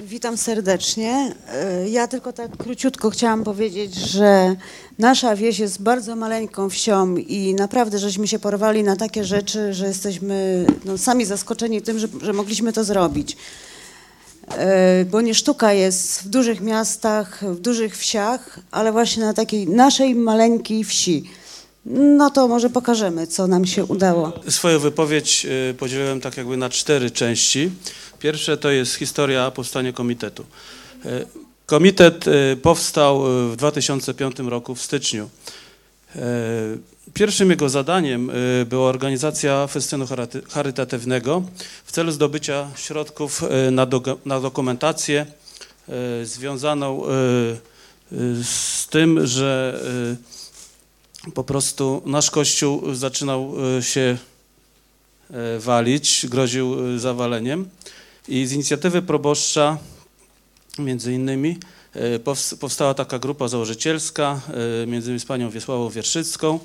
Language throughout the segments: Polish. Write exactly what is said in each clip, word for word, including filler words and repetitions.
Witam serdecznie. Ja tylko tak króciutko chciałam powiedzieć, że nasza wieś jest bardzo maleńką wsią i naprawdę żeśmy się porwali na takie rzeczy, że jesteśmy no, sami zaskoczeni tym, że, że mogliśmy to zrobić. Bo nie sztuka jest w dużych miastach, w dużych wsiach, ale właśnie na takiej naszej maleńkiej wsi. No to może pokażemy, co nam się udało. Swoją wypowiedź podzieliłem tak jakby na cztery części. Pierwsze to jest historia powstania komitetu. Komitet powstał w dwa tysiące piątym roku w styczniu. Pierwszym jego zadaniem była organizacja festynu charytatywnego w celu zdobycia środków na, do, na dokumentację związaną z tym, że po prostu nasz kościół zaczynał się walić, groził zawaleniem i z inicjatywy proboszcza między innymi powstała taka grupa założycielska, między innymi z panią Wiesławą Wierszycką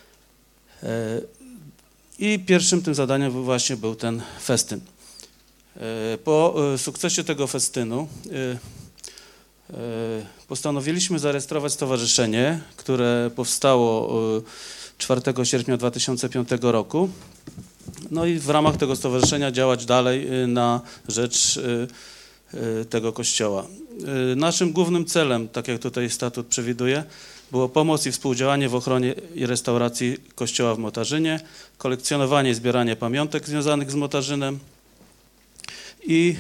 i pierwszym tym zadaniem właśnie był ten festyn. Po sukcesie tego festynu postanowiliśmy zarejestrować stowarzyszenie, które powstało czwartego sierpnia dwa tysiące piątego roku. No i w ramach tego stowarzyszenia działać dalej na rzecz tego kościoła. Naszym głównym celem, tak jak tutaj statut przewiduje, było pomoc i współdziałanie w ochronie i restauracji kościoła w Motarzynie, kolekcjonowanie i zbieranie pamiątek związanych z Motarzynem i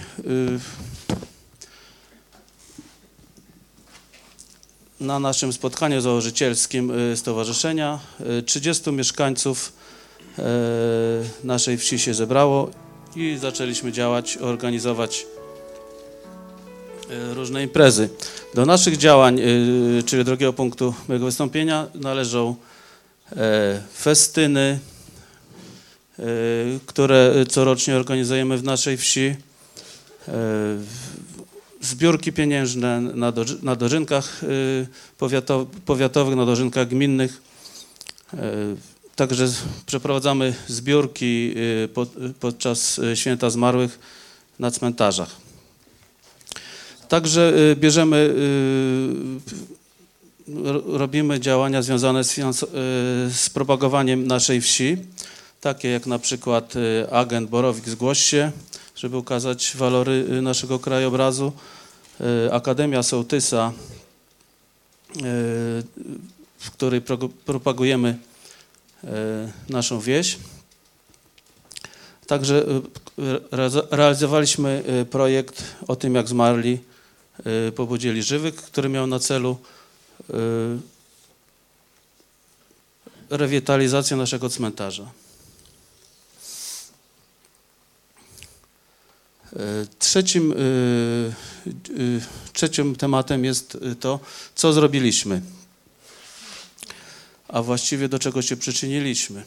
na naszym spotkaniu założycielskim stowarzyszenia trzydziestu mieszkańców naszej wsi się zebrało i zaczęliśmy działać, organizować różne imprezy. Do naszych działań, czyli drugiego punktu mojego wystąpienia, należą festyny, które corocznie organizujemy w naszej wsi, zbiórki pieniężne na, do, na dożynkach powiatowych, na dożynkach gminnych. Także przeprowadzamy zbiórki pod, podczas Święta Zmarłych na cmentarzach. Także bierzemy, robimy działania związane z, z propagowaniem naszej wsi, takie jak na przykład agent Borowik Zgłoś się, żeby ukazać walory naszego krajobrazu, Akademia Sołtysa, w której propagujemy naszą wieś. Także realizowaliśmy projekt o tym, jak zmarli pobudzili żywych, który miał na celu rewitalizację naszego cmentarza. Trzecim, trzecim tematem jest to, co zrobiliśmy, a właściwie do czego się przyczyniliśmy.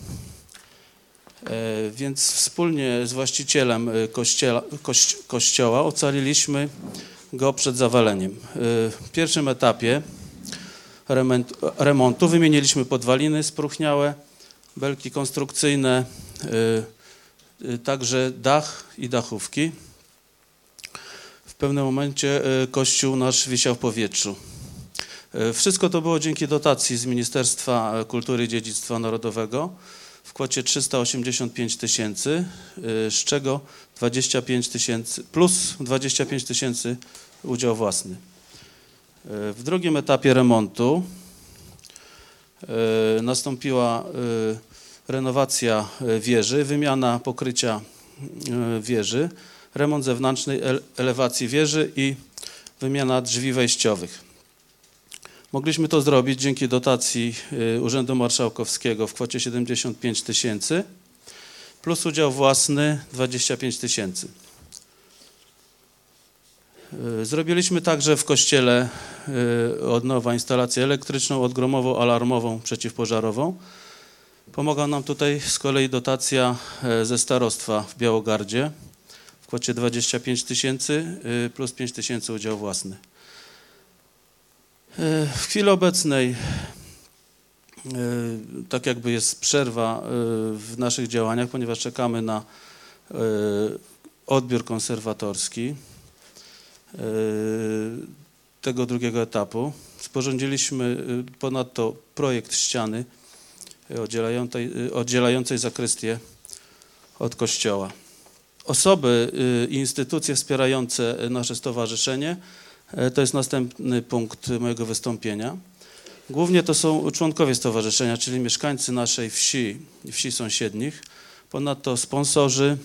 Więc wspólnie z właścicielem kościoła, kościoła ocaliliśmy go przed zawaleniem. W pierwszym etapie remontu wymieniliśmy podwaliny spróchniałe, belki konstrukcyjne, także dach i dachówki. W pewnym momencie kościół nasz wisiał w powietrzu. Wszystko to było dzięki dotacji z Ministerstwa Kultury i Dziedzictwa Narodowego w kwocie trzysta osiemdziesiąt pięć tysięcy, z czego dwadzieścia pięć tysięcy plus dwadzieścia pięć tysięcy udział własny. W drugim etapie remontu nastąpiła renowacja wieży, wymiana pokrycia wieży, remont zewnętrznej elewacji wieży i wymiana drzwi wejściowych. Mogliśmy to zrobić dzięki dotacji Urzędu Marszałkowskiego w kwocie siedemdziesiąt pięć tysięcy plus udział własny dwadzieścia pięć tysięcy. Zrobiliśmy także w kościele od nowa instalację elektryczną, odgromową, alarmową, przeciwpożarową. Pomogła nam tutaj z kolei dotacja ze starostwa w Białogardzie w kwocie dwadzieścia pięć tysięcy plus pięć tysięcy udział własny. W chwili obecnej tak jakby jest przerwa w naszych działaniach, ponieważ czekamy na odbiór konserwatorski. tego drugiego etapu. Sporządziliśmy ponadto projekt ściany oddzielającej, oddzielającej zakrystię od kościoła. Osoby i instytucje wspierające nasze stowarzyszenie to jest następny punkt mojego wystąpienia. Głównie to są członkowie stowarzyszenia, czyli mieszkańcy naszej wsi i wsi sąsiednich, ponadto sponsorzy,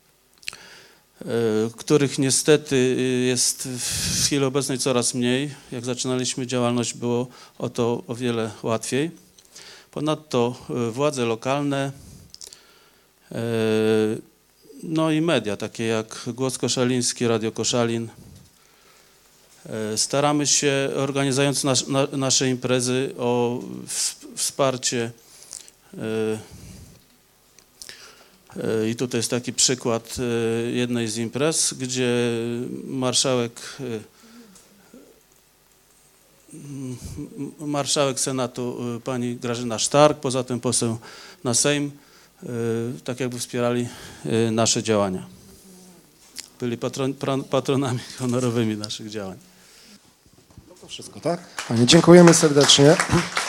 których niestety jest w chwili obecnej coraz mniej. Jak zaczynaliśmy działalność, było o to o wiele łatwiej. Ponadto władze lokalne, no i media, takie jak Głos Koszaliński, Radio Koszalin. Staramy się, organizując nas, na, nasze imprezy, o wsparcie. I tutaj jest taki przykład jednej z imprez, gdzie marszałek, marszałek Senatu pani Grażyna Sztark, poza tym poseł na Sejm, tak jakby wspierali nasze działania. Byli patron, patronami honorowymi naszych działań. No to wszystko, tak? Panie, dziękujemy serdecznie.